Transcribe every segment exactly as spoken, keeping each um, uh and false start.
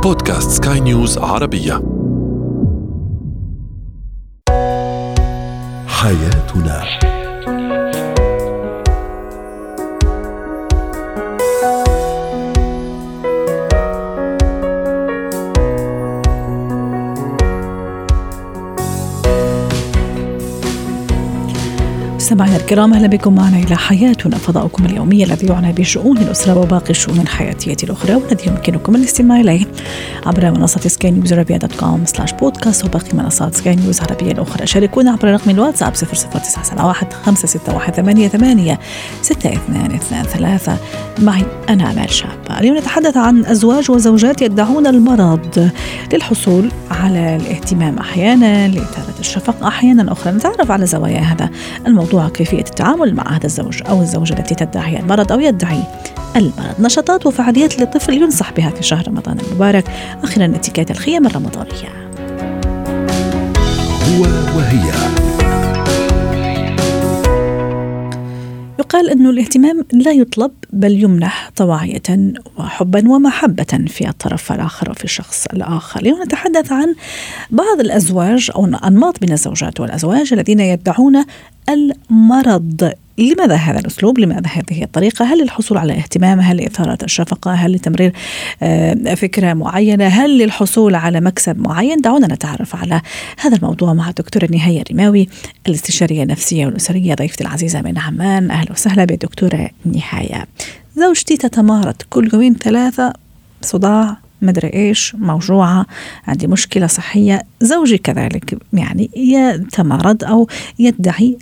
بودكاست سكاي نيوز عربية. حياتنا. سمعنا الكرام، أهلا بكم معنا إلى حياتنا، فضاؤكم اليومي الذي يعنى بشؤون الأسرة وباقي الشؤون الحياتية الأخرى، والذي يمكنكم الاستماع إليه عبر منصة سكاي نيوز عربية دوت كوم سلاش بودكاست وباقي منصات سكاي نيوز عربية الأخرى. شاركونا عبر رقم الواتساب صفر صفر تسعة سبعة واحد خمسة ستة واحد ثمانية ثمانية ستة اثنان اثنان ثلاثة. معي أنا أمال شابة. اليوم نتحدث عن أزواج وزوجات يدعون المرض للحصول على الاهتمام أحيانا، لإثارة الشفقة أحيانا أخرى. نتعرف على زوايا هذا الموضوع، كيفية التعامل مع هذا الزوج أو الزوجة التي تدعي المرض أو يدعي المرض، نشاطات وفعاليات للطفل ينصح بها في شهر رمضان المبارك، أخيرا اتكات الخيام الرمضانية. هو وهي. يقال أنه الاهتمام لا يطلب بل يمنح طواعية وحبا ومحبة في الطرف الآخر وفي الشخص الآخر. اليوم نتحدث عن بعض الأزواج أو أنماط من الزوجات والأزواج الذين يدعون المرض. لماذا هذا الأسلوب؟ لماذا هذه الطريقة؟ هل للحصول على اهتمام؟ هل لإثارة الشفقة؟ هل لتمرير فكرة معينة؟ هل للحصول على مكسب معين؟ دعونا نتعرف على هذا الموضوع مع الدكتورة نهاية الرماوي، الاستشارية النفسية والأسرية، ضيفتي العزيزة من عمان. أهلا وسهلا بالدكتورة نهاية. زوجتي تتمارض كل يومين ثلاثة، صداع، مدري إيش، موجوعة، عندي مشكلة صحية. زوجي كذلك يعني يتمارض أو يدعي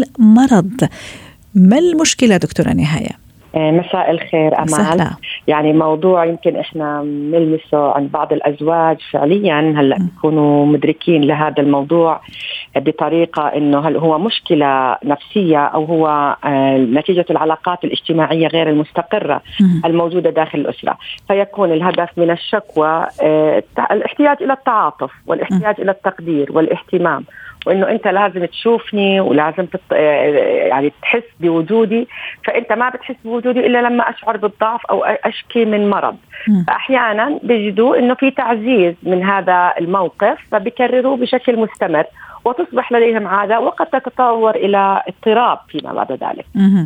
المرض. ما المشكلة دكتورة نهاية؟ مساء الخير أمال. سهلة. يعني موضوع يمكن إحنا نلمسه عند بعض الأزواج فعليا هلأ بيكونوا مدركين لهذا الموضوع بطريقة إنه هل هو مشكلة نفسية أو هو نتيجة العلاقات الاجتماعية غير المستقرة الموجودة داخل الأسرة. فيكون الهدف من الشكوى الاحتياج إلى التعاطف والاحتياج إلى التقدير والاهتمام، وإنه أنت لازم تشوفني ولازم تط... يعني تحس بوجودي، فأنت ما بتحس بوجودي إلا لما أشعر بالضعف أو أشكي من مرض. أحيانا بيجدوا إنه في تعزيز من هذا الموقف فبيكرروه بشكل مستمر وتصبح لديهم عادة، وقد تتطور إلى اضطراب فيما بعد ذلك.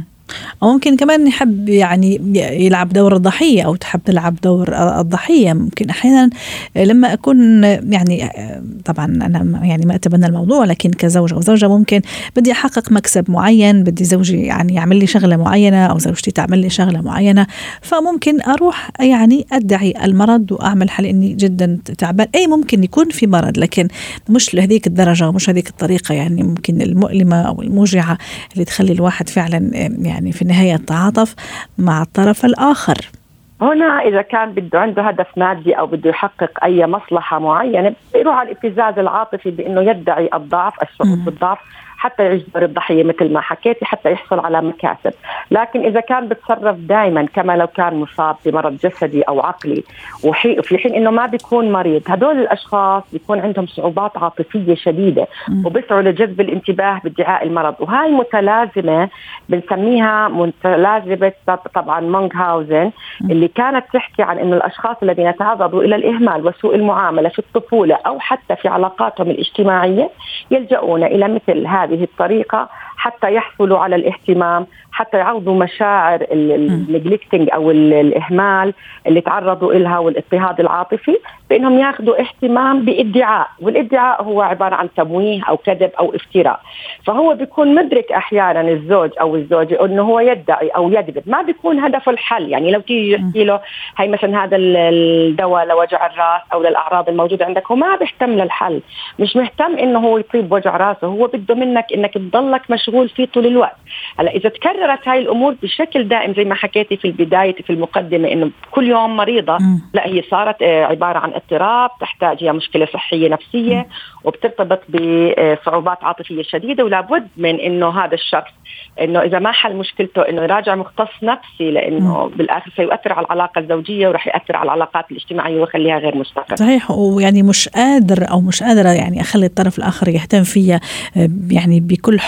أو ممكن كمان يحب يعني يلعب دور الضحية أو تحب تلعب دور الضحية. ممكن أحيانا لما أكون يعني طبعا أنا يعني ما أتبنى الموضوع، لكن كزوج أو زوجة ممكن بدي أحقق مكسب معين، بدي زوجي يعني يعمل لي شغلة معينة أو زوجتي تعمل لي شغلة معينة، فممكن أروح يعني أدعي المرض وأعمل حالي إني جدا تعبان. أي ممكن يكون في مرض لكن مش لهذيك الدرجة ومش هذيك الطريقة، يعني ممكن المؤلمة أو الموجعة اللي تخلي الواحد فعلا يعني يعني في النهاية التعاطف مع الطرف الآخر. هنا إذا كان بده عنده هدف مادي أو بده يحقق أي مصلحة معينة يروح على الابتزاز العاطفي بأنه يدعي الضعف، الشعور بالضعف حتى يجبر الضحية مثل ما حكيتي حتى يحصل على مكاسب. لكن إذا كان بتصرف دائما كما لو كان مصاب بمرض جسدي أو عقلي وفي حين إنه ما بيكون مريض، هدول الأشخاص بيكون عندهم صعوبات عاطفية شديدة وبيسعوا لجذب الانتباه بادعاء المرض، وهاي متلازمة بنسميها متلازمة طبعا مونغهاوزن اللي كانت تحكي عن إنه الأشخاص الذين تعرضوا إلى الإهمال وسوء المعاملة في الطفولة أو حتى في علاقاتهم الاجتماعية يلجؤون إلى مثل هذه هذه الطريقة حتى يحصلوا على الاهتمام، حتى يعوضوا مشاعر النجلكتنج أو الإهمال اللي تعرضوا إلها والاضطهاد العاطفي، بأنهم ياخذوا اهتمام بادعاء، والادعاء هو عبارة عن تمويه أو كذب أو افتراء. فهو بيكون مدرك أحيانا الزوج أو الزوجة أنه هو يدعي أو يكذب، ما بيكون هدفه الحل. يعني لو تيجي يحكي له هاي مثلا هذا الدواء لوجع الرأس أو للأعراض الموجودة عندك، هو ما بيهتم للحل، مش مهتم إنه هو يطيب وجع رأسه، هو بده منك إنك تضلك مشغول فيه طول الوقت. هلا إذا تكررت هاي الأمور بشكل دائم زي ما حكيتي في البداية في المقدمة إنه كل يوم مريضة، م. لا هي صارت عبارة عن اضطراب تحتاج إلى مشكلة صحية نفسية، م. وبترتبط بصعوبات عاطفية شديدة، ولا بد من إنه هذا الشخص إنه إذا ما حل مشكلته إنه يراجع مختص نفسي، لأنه م. بالآخر سيؤثر على العلاقة الزوجية وراح يؤثر على العلاقات الاجتماعية ويخليها غير مستقرة. صحيح، ويعني مش قادر أو مش قادرة يعني أخلي الطرف الآخر يهتم فيها يعني بكل حب ومن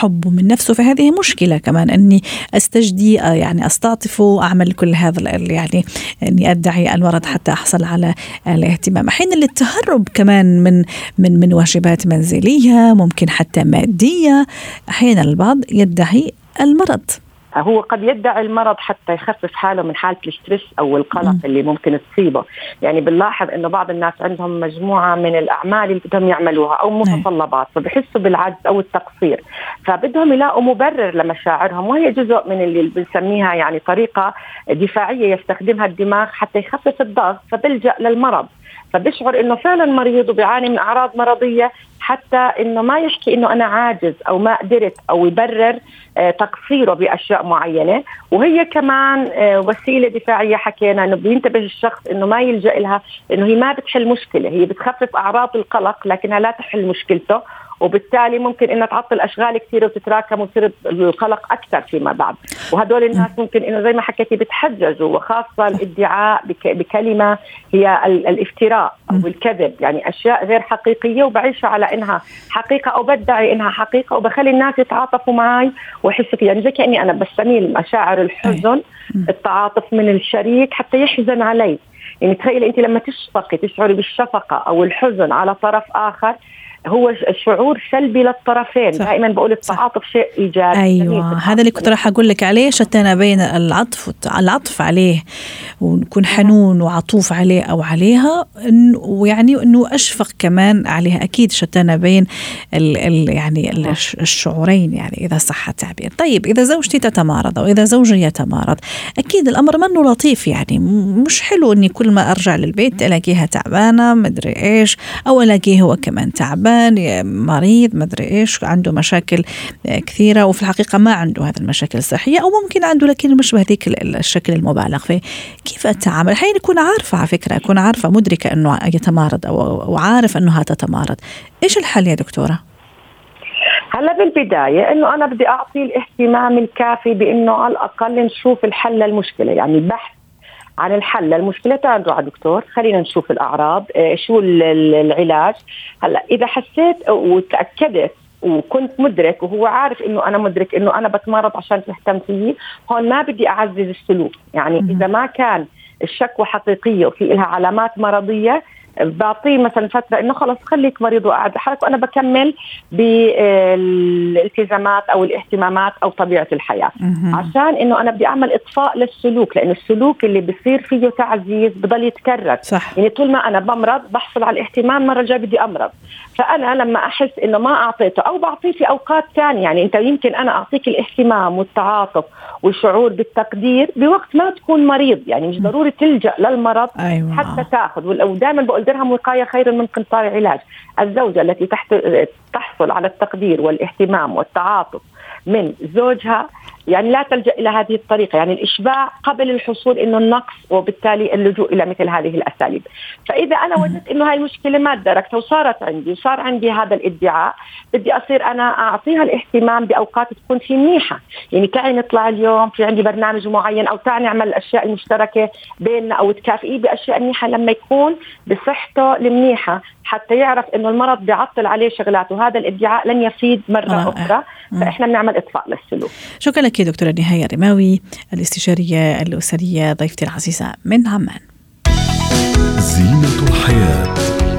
نفسه، فهذه مشكلة كمان أني أستجدي يعني أستعطفه، أعمل كل هذا يعني أني أدعي المرض حتى أحصل على الاهتمام. أحيانا للتهرب كمان من من من واجبات منزلية، ممكن حتى مادية. أحيانا البعض يدعي المرض، هو قد يدعي المرض حتى يخفف حاله من حالة الستريس أو القلق م. اللي ممكن تصيبه. يعني بنلاحظ إنه بعض الناس عندهم مجموعة من الأعمال اللي بدهم يعملوها أو متطلبات، فبحسوا بالعجز أو التقصير، فبدهم يلاقوا مبرر لمشاعرهم، وهي جزء من اللي بنسميها يعني طريقة دفاعية يستخدمها الدماغ حتى يخفف الضغط، فبلجأ للمرض، فبشعر إنه فعلا مريض وبيعاني من أعراض مرضية، حتى إنه ما يحكي إنه أنا عاجز أو ما قدرت، أو يبرر تقصيره بأشياء معينة. وهي كمان وسيلة دفاعية، حكينا إنه بينتبه الشخص إنه ما يلجأ لها، إنه هي ما بتحل مشكلة، هي بتخفف أعراض القلق لكنها لا تحل مشكلته، وبالتالي ممكن إنها تعطل أشغال كثيرة وتتراكم وتصير القلق أكثر فيما بعد. وهدول الناس ممكن إنه زي ما حكيتي بتحججوا، وخاصة الادعاء بكلمة هي الافتراء أو الكذب، يعني أشياء غير حقيقية وبعيشها على إنها حقيقة، أو بدعي إنها حقيقة، وبخلي الناس يتعاطفوا معي ويحسوا فيها. يعني زي كأني أنا بستميل مشاعر الحزن، التعاطف من الشريك حتى يحزن علي. يعني تخيل أنت لما تشفقي تشعري بالشفقة أو الحزن على طرف آخر، هو شعور سلبي للطرفين. صح. دائما بقول التعاطف شيء إيجابي. أيوة، هذا اللي كنت راح أقول لك عليه، شتنا بين العطف العطف عليه ونكون حنون وعطوف عليه أو عليها، ويعني إنه أشفق كمان عليها. أكيد شتنا بين ال ال يعني الشعورين، يعني إذا صح التعبير. طيب إذا زوجتي تتمارض أو إذا زوجي يتمارض، أكيد الأمر منه لطيف، يعني مش حلو إني كل ما أرجع للبيت ألاقيها تعبانة مدري إيش، أو ألاقيه هو كمان تعبان مريض مدري إيش، عنده مشاكل كثيرة، وفي الحقيقة ما عنده هذه المشاكل الصحية، أو ممكن عنده لكن مش بهذيك الشكل المبالغ فيه. كيف أتعامل؟ حين يكون عارفة، على فكرة أكون عارفة مدركة أنه يتمارض أو عارف أنه تتمارض. إيش الحل يا دكتورة؟ هلا بالبداية إنه أنا بدي أعطي الاهتمام الكافي، بإنه على الأقل نشوف الحل للمشكلة، يعني البحث عن الحل للمشكلة. تعالوا على دكتور، خلينا نشوف الأعراض، شو العلاج. هلا إذا حسيت وتأكدت وكنت مدرك وهو عارف إنه أنا مدرك إنه أنا بتمرض عشان تهتم فيه، هون ما بدي أعزز السلوك. يعني إذا ما كان الشكوى حقيقية وفي لها علامات مرضية، بعطيه مثلا فترة إنه خلص خليك مريض وقاعد لحالك، وأنا بكمل بالالتزامات أو الاهتمامات أو طبيعة الحياة، عشان إنه أنا بدي أعمل إطفاء للسلوك، لأن السلوك اللي بيصير فيه تعزيز بضل يتكرر. صح. يعني طول ما أنا بمرض بحصل على الاهتمام، مرة جاي بدي أمرض، فأنا لما أحس إنه ما أعطيته أو بعطيه في أوقات تانية، يعني أنت يمكن أنا أعطيك الاهتمام والتعاطف والشعور بالتقدير بوقت ما تكون مريض، يعني مش ضروري تلجأ للمرض. أيوة. حتى تأخذ، ودائما بقول درهم وقاية خير من قنطار علاج. الزوجة التي تحت تحصل على التقدير والاهتمام والتعاطف من زوجها يعني لا تلجأ إلى هذه الطريقة، يعني الإشباع قبل الحصول إنه النقص، وبالتالي اللجوء إلى مثل هذه الأساليب. فإذا أنا وجدت إنه هاي المشكلة ما تدركتها وصارت عندي وصار عندي هذا الادعاء، بدي أصير أنا أعطيها الاهتمام بأوقات تكون في منيحة. يعني تعي نطلع اليوم، في عندي برنامج معين، أو تعي نعمل الأشياء المشتركة بيننا، أو تكافئيه بأشياء منيحة لما يكون بصحته المنيحة، حتى يعرف إنه المرض بيعطل عليه شغلات، وهذا الادعاء لن يفيد مرة آه. أخرى. فإحنا بنعمل إطفاء للسلوك. شكرا لك دكتورة نهاية الرماوي، الاستشارية الأسرية، ضيفتي العزيزة من عمان. زينة الحياة.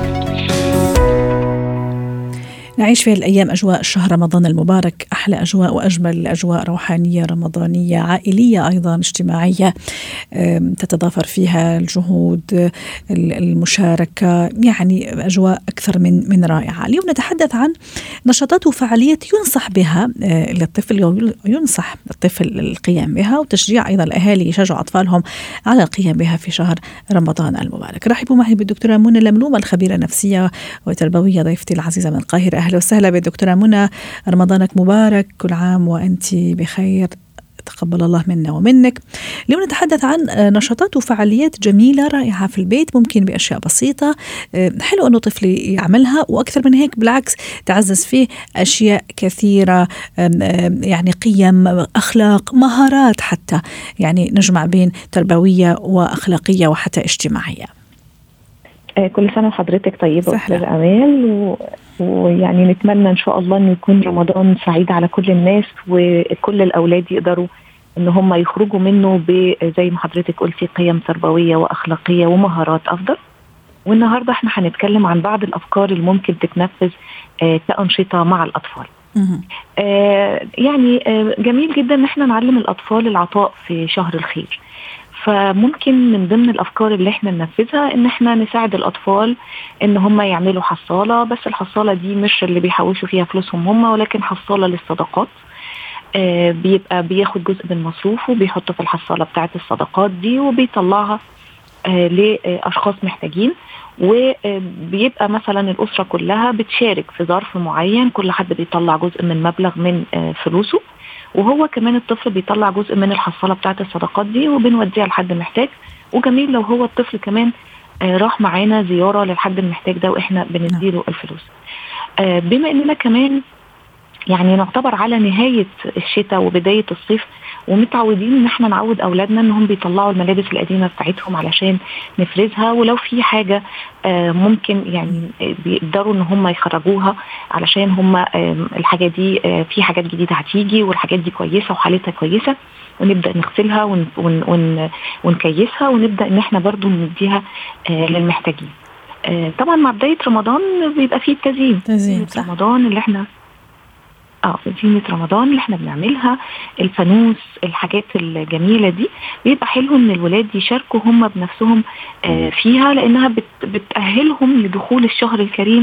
نعيش في الأيام أجواء شهر رمضان المبارك، أحلى أجواء وأجمل أجواء روحانية رمضانية عائلية أيضا اجتماعية، تتضافر فيها الجهود، المشاركة، يعني أجواء أكثر من من رائعة. اليوم نتحدث عن نشاطات وفعاليات ينصح بها للطفل، ينصح الطفل القيام بها، وتشجيع أيضا الأهالي يشجعوا أطفالهم على القيام بها في شهر رمضان المبارك. رحبوا معي بالدكتورة منى لملومة، الخبيرة النفسية وتربوية، ضيفتي العزيزة من القاهرة. أهلا وسهلا بالدكتورة منى، رمضانك مبارك، كل عام وأنت بخير، تقبل الله منا ومنك. اليوم نتحدث عن نشاطات وفعاليات جميلة رائعة في البيت، ممكن بأشياء بسيطة حلو أنه طفلي يعملها، وأكثر من هيك بالعكس تعزز فيه أشياء كثيرة، يعني قيم، أخلاق، مهارات، حتى يعني نجمع بين تربوية وأخلاقية وحتى اجتماعية. كل سنة وحضرتك طيبة سهلة. أستاذ أمال، و... ويعني نتمنى إن شاء الله أن يكون رمضان سعيد على كل الناس، وكل الأولاد يقدروا إن هم يخرجوا منه زي ما حضرتك قلتي قيم تربوية وأخلاقية ومهارات أفضل. والنهاردة احنا هنتكلم عن بعض الأفكار اللي ممكن تتنفذ آه كأنشطة مع الأطفال. آه يعني آه جميل جدا إن احنا نعلم الأطفال العطاء في شهر الخير. فممكن من ضمن الأفكار اللي احنا ننفذها ان احنا نساعد الأطفال ان هم يعملوا حصالة، بس الحصالة دي مش اللي بيحوشوا فيها فلوسهم هم، ولكن حصالة للصدقات. آه بيبقى بياخد جزء من مصروفه وبيحطه في الحصالة بتاعت الصدقات دي وبيطلعها آه لأشخاص محتاجين. وبيبقى مثلا الأسرة كلها بتشارك في ظرف معين، كل حد بيطلع جزء من مبلغ من آه فلوسه، وهو كمان الطفل بيطلع جزء من الحصالة بتاعة الصدقات دي وبنوديها لحد محتاج. وجميل لو هو الطفل كمان آه راح معانا زيارة للحد المحتاج ده وإحنا بنديله الفلوس. آه بما إننا كمان يعني نعتبر على نهاية الشتاء وبداية الصيف، ومتعودين ان احنا نعود اولادنا انهم بيطلعوا الملابس القديمة بتاعتهم علشان نفرزها، ولو في حاجة آه ممكن يعني بيقدروا ان هم يخرجوها علشان هم آه الحاجة دي آه في حاجات جديدة هتيجي والحاجات دي كويسة وحالتها كويسة، ونبدأ نغسلها ون ون ون ونكيسها ونبدأ ان احنا برضو نديها آه للمحتاجين. آه طبعا مع بداية رمضان بيبقى فيه التزيين، تزيين رمضان اللي احنا اه زينة رمضان اللي احنا بنعملها، الفانوس، الحاجات الجميلة دي بيبقى حلو ان الولاد يشاركوا هم بنفسهم آه فيها، لانها بت بتأهلهم لدخول الشهر الكريم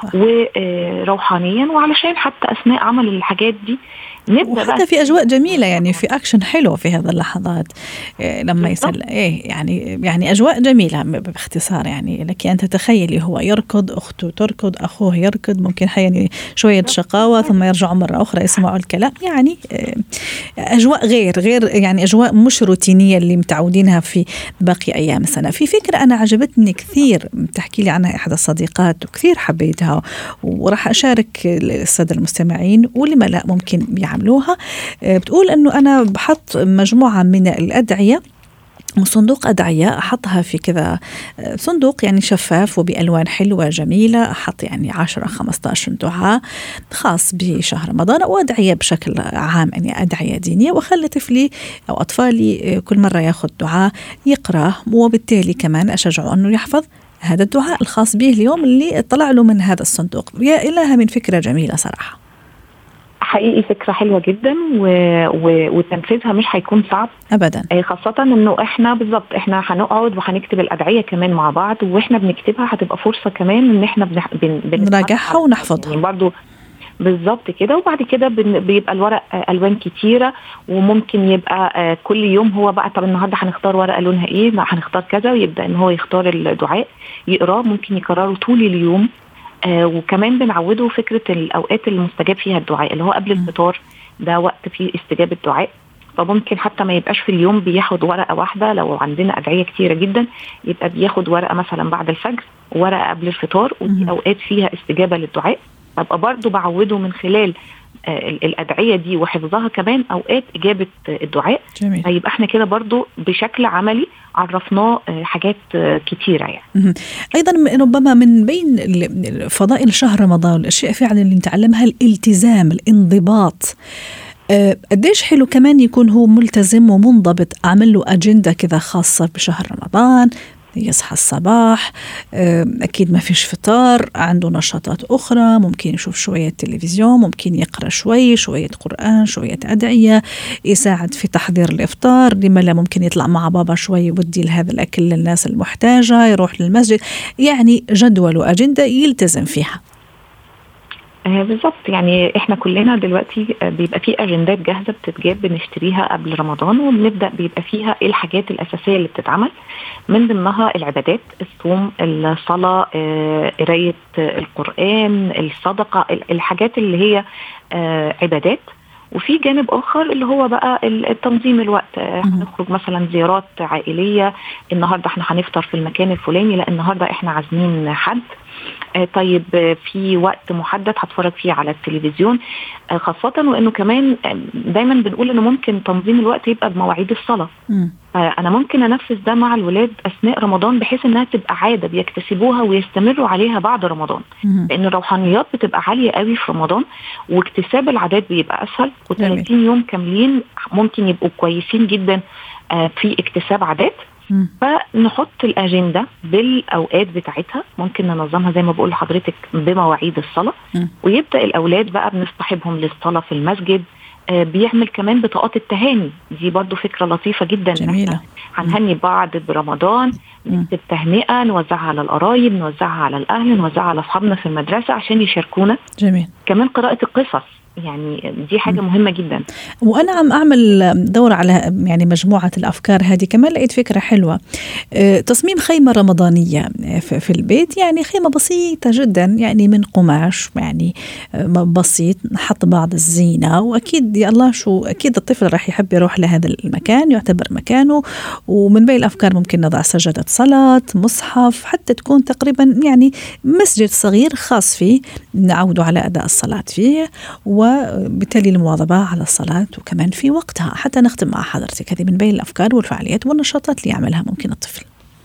وروحانيا، وعلشان حتى اثناء عمل الحاجات دي نبدأ وحتى في أجواء جميلة، يعني في أكشن حلو في هذه اللحظات إيه لما يسل إيه يعني يعني أجواء جميلة باختصار. يعني لك أن تتخيلي هو يركض، أخته تركض، أخوه يركض، ممكن يعني شوية شقاوة ثم يرجعوا مرة أخرى يسمعوا الكلام. يعني إيه أجواء غير غير يعني أجواء مش روتينية اللي متعودينها في باقي أيام السنة. في فكرة أنا عجبتني كثير تحكي لي عنها إحدى الصديقات وكثير حبيتها، وراح أشارك السادة المستمعين ولما لا ممكن بيعمل عملوها. بتقول أنه أنا بحط مجموعة من الأدعية، صندوق أدعية أحطها في كذا صندوق يعني شفاف وبألوان حلوة جميلة، أحط يعني عشرة خمسة عشر دعاء خاص بشهر رمضان، أو أدعية بشكل عام يعني أدعية دينية، وأخلي طفلي أو أطفالي كل مرة يأخذ دعاء يقرأه، وبالتالي كمان أشجعه أنه يحفظ هذا الدعاء الخاص به اليوم اللي طلع له من هذا الصندوق. يا إلها من فكرة جميلة صراحة، حقيقي فكرة حلوة جدا، و... و... وتنفيذها مش هيكون صعب أبدا، خاصة انه احنا بالضبط احنا هنقعد وهنكتب الأدعية كمان مع بعض، واحنا بنكتبها هتبقى فرصة كمان ان احنا بن... بن... نراجعها ونحفظها يعني برضو بالضبط كده. وبعد كده بن... بيبقى الورق ألوان كتيرة، وممكن يبقى كل يوم هو بقى طب النهاردة هنختار ورقة لونها ايه، هنختار كذا، ويبدأ ان هو يختار الدعاء يقراه، ممكن يكرره طول اليوم. آه وكمان بنعوده فكرة الأوقات المستجاب فيها الدعاء، اللي هو قبل الفطار ده وقت فيه استجابة الدعاء، فممكن حتى ما يبقاش في اليوم بياخد ورقة واحدة، لو عندنا أدعية كتيرة جدا يبقى بياخد ورقة مثلا بعد الفجر ورقة قبل الفطار، ودي أوقات فيها استجابة للدعاء. فبقى برضو بعوده من خلال آه الأدعية دي وحفظها كمان أوقات إجابة الدعاء. جميل. فيبقى احنا كده برضو بشكل عملي عرفناه حاجات كتيرة يعني. أيضا ربما من بين فضائل شهر رمضان الأشياء فعلا اللي نتعلمها الالتزام، الانضباط. قديش حلو كمان يكون هو ملتزم ومنضبط، أعمل له أجندة كذا خاصة بشهر رمضان، يصحى الصباح أكيد ما فيش فطار، عنده نشاطات أخرى، ممكن يشوف شوية تلفزيون، ممكن يقرأ شوي شوية قرآن، شوية أدعية، يساعد في تحضير الإفطار، لما لا ممكن يطلع مع بابا شوي يودي لهذا الأكل للناس المحتاجة، يروح للمسجد، يعني جدول وأجندة يلتزم فيها. بالضبط، يعني احنا كلنا دلوقتي بيبقى فيه اجندات جاهزه بتتجاب بنشتريها قبل رمضان، وبنبدا بيبقى فيها ايه الحاجات الاساسيه اللي بتتعمل، من ضمنها العبادات، الصوم، الصلاه، قرايه القران، الصدقه، الحاجات اللي هي عبادات. وفي جانب آخر اللي هو بقى التنظيم الوقت، هنخرج مثلا زيارات عائلية، النهاردة احنا هنفطر في المكان الفلاني، لا النهاردة احنا عازمين حد، آه طيب آه في وقت محدد هتفرج فيه على التلفزيون، آه خاصة وإنه كمان آه دايما بنقول إنه ممكن تنظيم الوقت يبقى بمواعيد الصلاة. أنا ممكن أنفذ ده مع الولاد أثناء رمضان بحيث أنها تبقى عادة بيكتسبوها ويستمروا عليها بعد رمضان، لأن الروحانيات بتبقى عالية قوي في رمضان واكتساب العادات بيبقى أسهل، وثلاثين يوم كاملين ممكن يبقوا كويسين جدا في اكتساب عادات. فنحط الأجندة بالأوقات بتاعتها، ممكن ننظمها زي ما بقول لحضرتك بمواعيد الصلاة، ويبدأ الأولاد بقى بنصطحبهم للصلاة في المسجد. بيعمل كمان بطاقات التهاني، دي برضو فكرة لطيفة جدا. جميلة. هنهني بعض برمضان، نكتب تهنئة نوزعها على القرايب، نوزعها على الأهل، نوزعها على أصحابنا في المدرسة عشان يشاركونا. جميل. كمان قراءة القصص، يعني دي حاجة مهمة جدا. وأنا عم أعمل دورة على يعني مجموعة الأفكار هذه، كمان لقيت فكرة حلوة، تصميم خيمة رمضانية في البيت، يعني خيمة بسيطة جدا يعني من قماش يعني بسيط، نحط بعض الزينة، وأكيد يا الله شو أكيد الطفل راح يحب يروح لهذا المكان يعتبر مكانه. ومن بين الأفكار ممكن نضع سجادة صلاة، مصحف، حتى تكون تقريبا يعني مسجد صغير خاص فيه نعود على أداء الصلاة فيه، وبالتالي المواظبة على الصلاة وكمان في وقتها. حتى نختم مع حضرتك هذه من بين الأفكار والفعاليات والنشاطات اللي يعملها ممكن الطفل.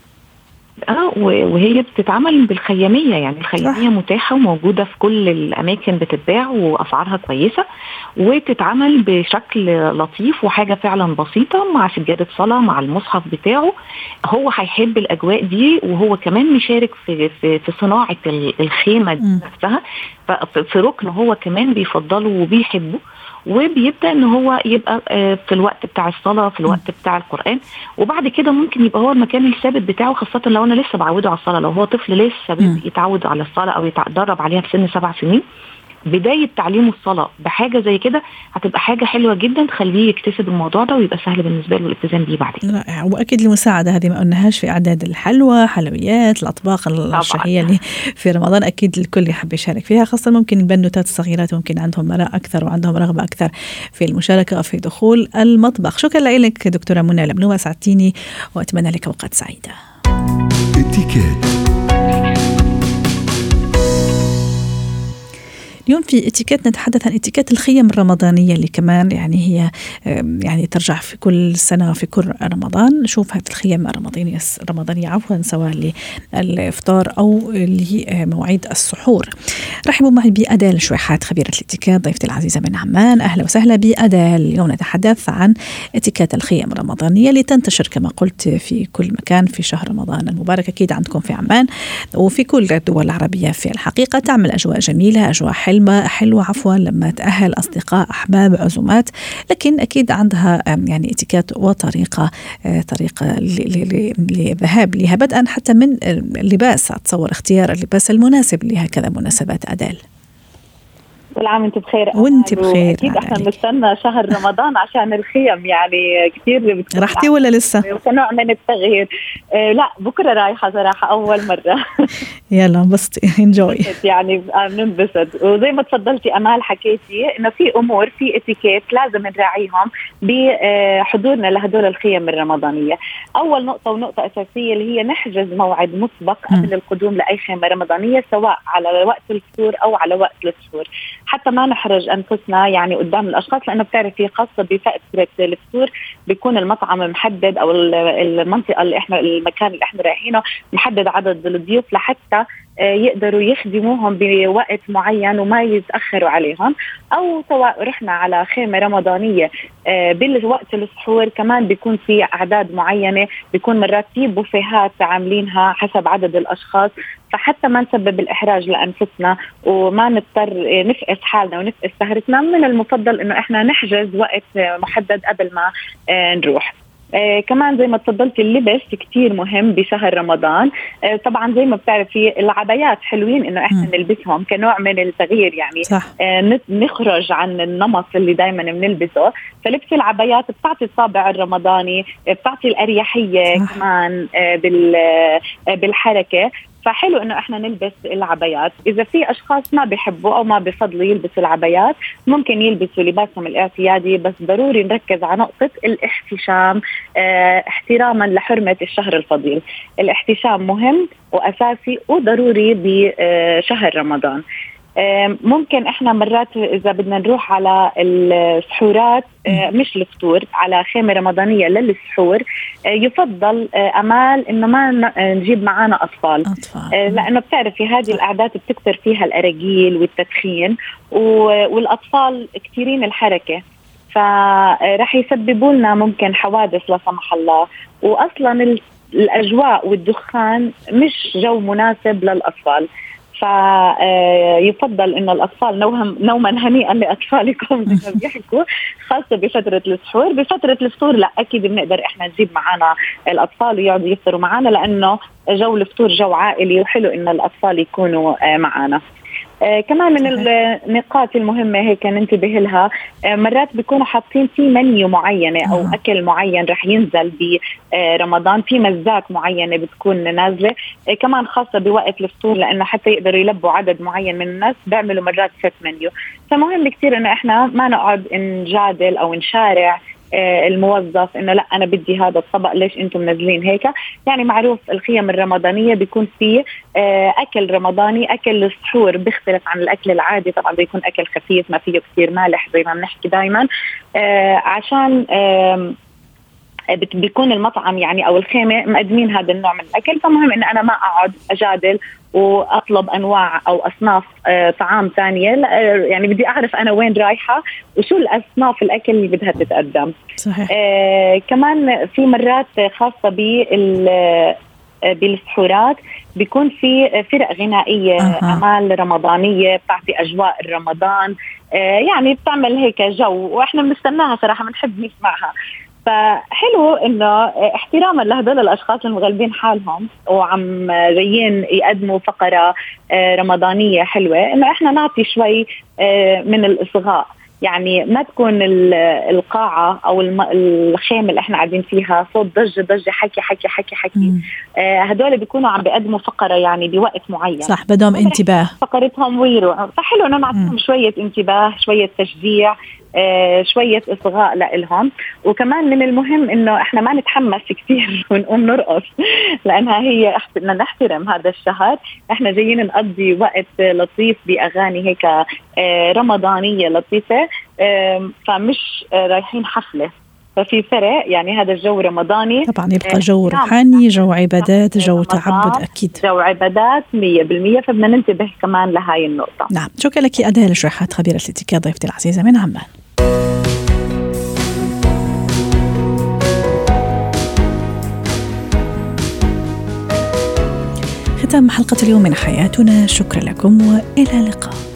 اه وهي بتتعمل بالخيامية، يعني الخيامية متاحة وموجودة في كل الأماكن، بتتباع وأسعارها كويسة، وتتعمل بشكل لطيف وحاجة فعلا بسيطة مع سجادة صلاة مع المصحف بتاعه. هو هيحب الأجواء دي، وهو كمان مشارك في, في, في صناعة الخيمة دي نفسها، في ركن هو كمان بيفضله وبيحبه، وبيبدأ ان هو يبقى في الوقت بتاع الصلاة، في الوقت بتاع القرآن، وبعد كده ممكن يبقى هو المكان الثابت بتاعه، خاصة لو انا لسه بعوده على الصلاة. لو هو طفل لسه يتعود على الصلاة او يتدرب عليها في سن سبع سنين، بداية تعليمه الصلاة بحاجة زي كده هتبقى حاجة حلوة جدا تخليه يكتسب الموضوع ده ويبقى سهل بالنسبة له الالتزام بيه بعدين. رائع. وأكيد المساعدة هذه ما قلناهاش في إعداد الحلوى، حلويات، الأطباق الشهية اللي في رمضان أكيد الكل يحب يشارك فيها، خاصة ممكن البنوتات الصغيرات ممكن عندهم مراء أكثر وعندهم رغبة أكثر في المشاركة في دخول المطبخ. شكرا لك دكتورة منى لبنوة، سعدتيني وأتمنى لك أوقات سعيدة. اليوم في اتيكيت نتحدث عن اتيكيت الخيم الرمضانية اللي كمان يعني هي يعني ترجع في كل سنة في كل رمضان. نشوف هذه الخيم الرمضانية رمضانية عفوا سواء للإفطار أو لمواعيد السحور. رحبوا معي بأدال شويحات خبيرة الاتيكيت ضيفتي العزيزة من عمان. أهلا وسهلا بأدال. اليوم نتحدث عن اتيكيت الخيم الرمضانية اللي تنتشر كما قلت في كل مكان في شهر رمضان المبارك، أكيد عندكم في عمان وفي كل الدول العربية. في الحقيقة تعمل أجواء جميلة، أجواء حلوة حلوة عفوا لما تأهل أصدقاء أحباب عزومات، لكن أكيد عندها يعني اتيكيت وطريقة طريقة للذهاب لها، بدءا حتى من اللباس. أتصور اختيار اللباس المناسب لهكذا مناسبات. أدال كل عام وانت بخير. وانت بخير. اكيد احنا بنستنى شهر رمضان عشان الخيم، يعني كثير. رحتي ولا لسه؟ وكنوع من التغيير. آه لا بكره رايحه صراحه اول مره. يلا انبسطي انجوي. يعني بننبسط، وزي ما تفضلتي امال حكيتي انه في امور في اتيكيت لازم نراعيهم بحضورنا لهدول الخيم الرمضانيه. اول نقطه ونقطه اساسيه اللي هي نحجز موعد مسبق قبل القدوم لاي خيمه رمضانيه، سواء على وقت الفطور او على وقت السحور، حتى ما نحرج أنفسنا يعني قدام الأشخاص، لأنه بتعرفي خاصة بفترة الفطور بيكون المطعم محدد أو المنطقة اللي إحنا المكان اللي إحنا رايحينه محدد عدد الضيوف لحتى يقدروا يخدموهم بوقت معين وما يتأخروا عليهم. أو سواء رحنا على خيمة رمضانية بالوقت السحور كمان بيكون في أعداد معينة، بيكون مرات في بوفيهات عاملينها حسب عدد الأشخاص، فحتى ما نسبب الإحراج لأنفسنا وما نضطر نفقس حالنا ونفقس سهرتنا، من المفضل إنه إحنا نحجز وقت محدد قبل ما نروح. آه كمان زي ما تفضلتي اللبس كتير مهم بشهر رمضان. آه طبعا زي ما بتعرفي العبايات حلوين انه احنا نلبسهم كنوع من التغيير، يعني آه نخرج عن النمط اللي دايما بنلبسه. فلبس العبايات بتعطي الطابع الرمضاني، بتعطي الأريحية كمان آه بال آه بالحركة. فحلو انه احنا نلبس العبايات. اذا في اشخاص ما بيحبوا او ما بفضلوا يلبسوا العبايات ممكن يلبسوا لباسهم الاعتيادي، بس ضروري نركز على نقطة الاحتشام اه احتراما لحرمة الشهر الفضيل. الاحتشام مهم واساسي وضروري بشهر رمضان. ممكن احنا مرات اذا بدنا نروح على السحورات مش الفطور، على خيمة رمضانية للسحور، يفضل امال انه ما نجيب معنا اطفال, أطفال. لانه بتعرفي هذه الاعداد بتكثر فيها الاراجيل والتدخين، والاطفال كثيرين الحركة، فرح يسببوا لنا ممكن حوادث لا سمح الله. واصلا الاجواء والدخان مش جو مناسب للاطفال، فيفضل إنه الأطفال نوهم نوما هنيئا لأطفالكم زي ما بيحكوا، خاصة بفترة السحور. بفترة الفطور لا أكيد بنقدر إحنا نجيب معنا الأطفال ويقعدوا يفطروا معنا، لأنه جو الفطور جو عائلي وحلو إن الأطفال يكونوا معنا. آه كمان من النقاط المهمة هيك ننتبه لها، آه مرات بيكونوا حاطين في منيو معينة أو آه. أكل معين رح ينزل برمضان، في مزات معينة بتكون نازلة آه كمان خاصة بوقت الفطور، لأنه حتى يقدروا يلبوا عدد معين من الناس بيعملوا مرات ست منيو. فمهم كتير إنه إحنا ما نقعد نجادل أو نشارع الموظف انه لا انا بدي هذا الطبق، ليش انتم منزلين هيك؟ يعني معروف الخيم الرمضانيه بيكون فيه اكل رمضاني، اكل السحور بيختلف عن الاكل العادي، طبعا بيكون اكل خفيف ما فيه كثير مالح زي ما بنحكي دائما، عشان بيكون المطعم يعني او الخيمه مقدمين هذا النوع من الاكل. فمهم ان انا ما اقعد اجادل واطلب انواع او اصناف آه طعام ثانيه، يعني بدي اعرف انا وين رايحه وشو الاصناف الاكل اللي بدها تتقدم. صحيح. آه كمان في مرات خاصه بال بالسحورات بيكون في فرق غنائيه أه. اعمال رمضانيه بتعطي اجواء الرمضان، آه يعني بتعمل هيك جو واحنا بنستناها صراحه، بنحب نسمعها. فحلو انه احتراما لهذول الاشخاص المغلبين حالهم وعم جايين يقدموا فقره رمضانيه حلوه، انه احنا نعطي شوي من الاصغاء، يعني ما تكون القاعه او الخيمه اللي احنا قاعدين فيها صوت ضجه ضجه حكي حكي حكي حكي. هذول بيكونوا عم بيقدموا فقره يعني بوقت معين، صح، بدهم انتباه فقرتهم ويروح. فحلو انه نعطيهم شويه انتباه، شويه تشجيع، آه شوية إصغاء لإلهم. وكمان من المهم إنه إحنا ما نتحمس كتير ونقوم نرقص، لأنها هي بدنا نحترم هذا الشهر، إحنا جايين نقضي وقت لطيف بأغاني هيك آه رمضانية لطيفة، آه فمش آه رايحين حفلة. ففي فرق، يعني هذا الجو رمضاني طبعا يبقى جو روحاني، جو عبادات، جو تعبد، أكيد جو عبادات مية بالمية. فبدنا ننتبه كمان لهاي النقطة. نعم، شكرا لك أديل شريحات، خبيرة الاتيكيت، ضيفتي العزيزة من عمان. ختام حلقة اليوم من حياتنا، شكرا لكم وإلى اللقاء.